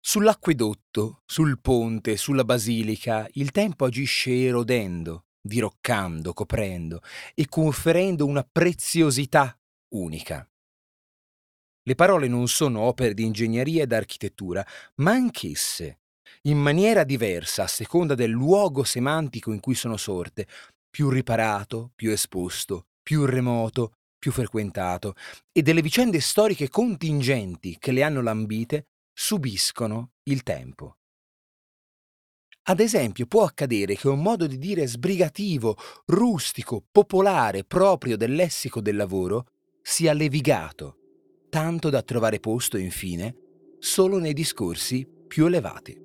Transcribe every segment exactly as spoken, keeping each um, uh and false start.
Sull'acquedotto, sul ponte, sulla basilica, il tempo agisce erodendo, diroccando, coprendo e conferendo una preziosità unica. Le parole non sono opere di ingegneria ed architettura, ma anch'esse, in maniera diversa a seconda del luogo semantico in cui sono sorte, più riparato, più esposto, più remoto, più frequentato, e delle vicende storiche contingenti che le hanno lambite, subiscono il tempo. Ad esempio, può accadere che un modo di dire sbrigativo, rustico, popolare, proprio del lessico del lavoro, sia levigato, tanto da trovare posto, infine, solo nei discorsi più elevati.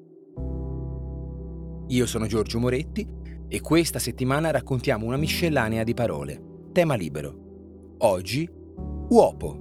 Io sono Giorgio Moretti e questa settimana raccontiamo una miscellanea di parole. Tema libero. Oggi, uopo.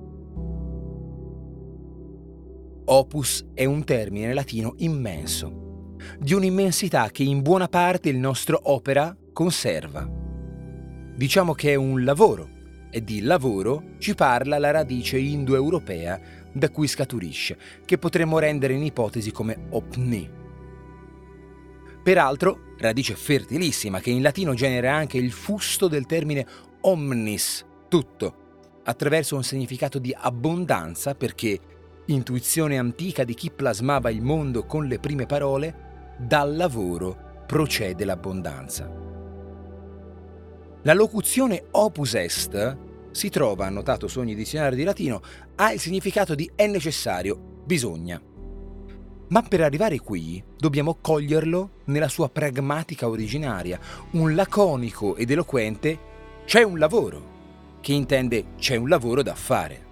Opus è un termine latino immenso, di un'immensità che in buona parte il nostro opera conserva. Diciamo che è un lavoro, e di lavoro ci parla la radice indoeuropea da cui scaturisce, che potremmo rendere in ipotesi come opni. Peraltro, radice fertilissima che in latino genera anche il fusto del termine omnis, tutto, attraverso un significato di abbondanza perché, intuizione antica di chi plasmava il mondo con le prime parole, dal lavoro procede l'abbondanza. La locuzione opus est si trova, annotato su ogni dizionario di latino, ha il significato di è necessario, bisogna. Ma per arrivare qui dobbiamo coglierlo nella sua pragmatica originaria, un laconico ed eloquente c'è un lavoro, che intende c'è un lavoro da fare.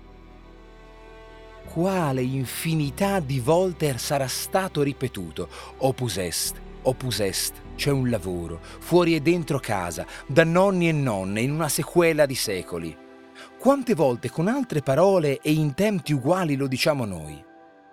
Quale infinità di volte sarà stato ripetuto opus est, opus est, c'è un lavoro, fuori e dentro casa, da nonni e nonne, in una sequela di secoli. Quante volte con altre parole e in tempi uguali lo diciamo noi?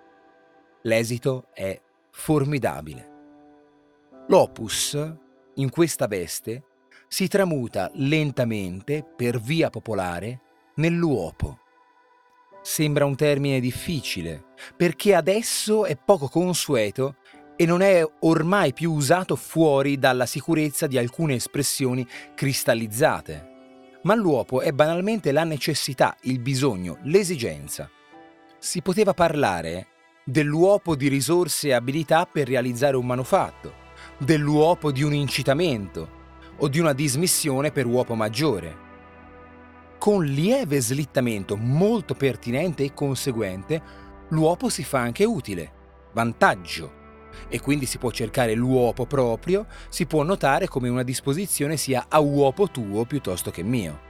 L'esito è formidabile. L'opus, in questa veste, si tramuta lentamente, per via popolare, nell'uopo. Sembra un termine difficile, perché adesso è poco consueto e non è ormai più usato fuori dalla sicurezza di alcune espressioni cristallizzate. Ma l'uopo è banalmente la necessità, il bisogno, l'esigenza. Si poteva parlare dell'uopo di risorse e abilità per realizzare un manufatto, dell'uopo di un incitamento o di una dismissione per uopo maggiore. Con lieve slittamento molto pertinente e conseguente, l'uopo si fa anche utile, vantaggio, e quindi si può cercare l'uopo proprio, si può notare come una disposizione sia a uopo tuo piuttosto che mio.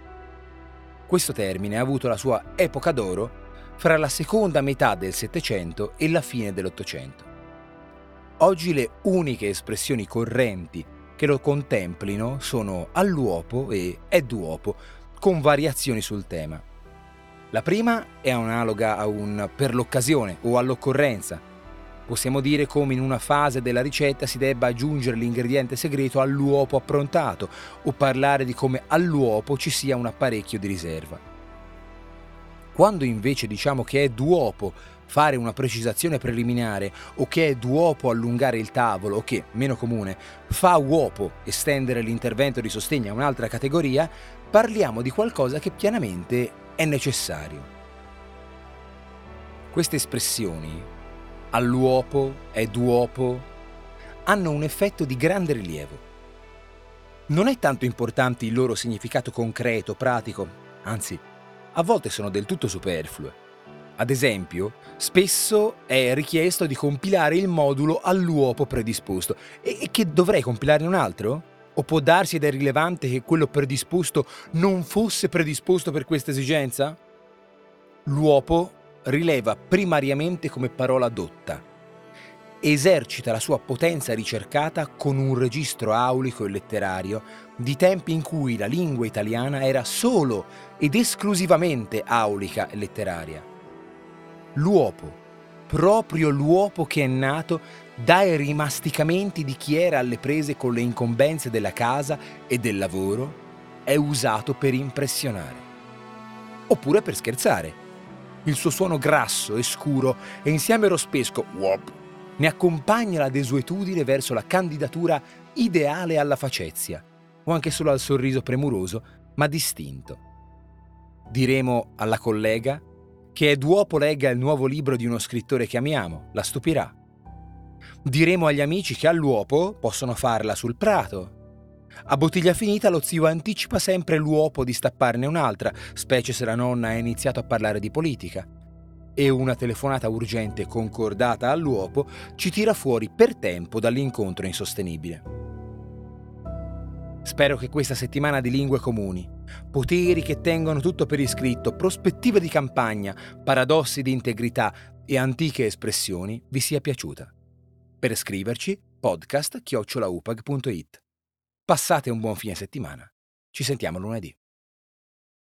Questo termine ha avuto la sua epoca d'oro fra la seconda metà del Settecento e la fine dell'Ottocento. Oggi le uniche espressioni correnti che lo contemplino sono all'uopo e ed'uopo, con variazioni sul tema. La prima è analoga a un per l'occasione o all'occorrenza. Possiamo dire come in una fase della ricetta si debba aggiungere l'ingrediente segreto all'uopo approntato o parlare di come all'uopo ci sia un apparecchio di riserva. Quando invece diciamo che è d'uopo fare una precisazione preliminare o che è d'uopo allungare il tavolo o che, meno comune, fa uopo estendere l'intervento di sostegno a un'altra categoria, parliamo di qualcosa che pianamente è necessario. Queste espressioni, all'uopo, è d'uopo, hanno un effetto di grande rilievo. Non è tanto importante il loro significato concreto, pratico, anzi, a volte sono del tutto superflue. Ad esempio, spesso è richiesto di compilare il modulo all'uopo predisposto. E che dovrei compilarne un altro? O può darsi ed è rilevante che quello predisposto non fosse predisposto per questa esigenza? L'uopo rileva primariamente come parola dotta. Esercita la sua potenza ricercata con un registro aulico e letterario di tempi in cui la lingua italiana era solo ed esclusivamente aulica e letteraria. L'uopo, proprio l'uopo che è nato dai rimasticamenti di chi era alle prese con le incombenze della casa e del lavoro, è usato per impressionare. Oppure per scherzare. Il suo suono grasso e scuro e insieme rospesco, uop, Ne accompagna la desuetudine verso la candidatura ideale alla facezia, o anche solo al sorriso premuroso ma distinto. Diremo alla collega che è duopo legga il nuovo libro di uno scrittore che amiamo, la stupirà. Diremo agli amici che all'uopo possono farla sul prato. A bottiglia finita lo zio anticipa sempre l'uopo di stapparne un'altra, specie se la nonna ha iniziato a parlare di politica. E una telefonata urgente concordata all'uopo ci tira fuori per tempo dall'incontro insostenibile. Spero che questa settimana di lingue comuni, poteri che tengono tutto per iscritto, prospettive di campagna, paradossi di integrità e antiche espressioni vi sia piaciuta. Per scriverci, podcast chiocciola upag punto it. Passate un buon fine settimana. Ci sentiamo lunedì.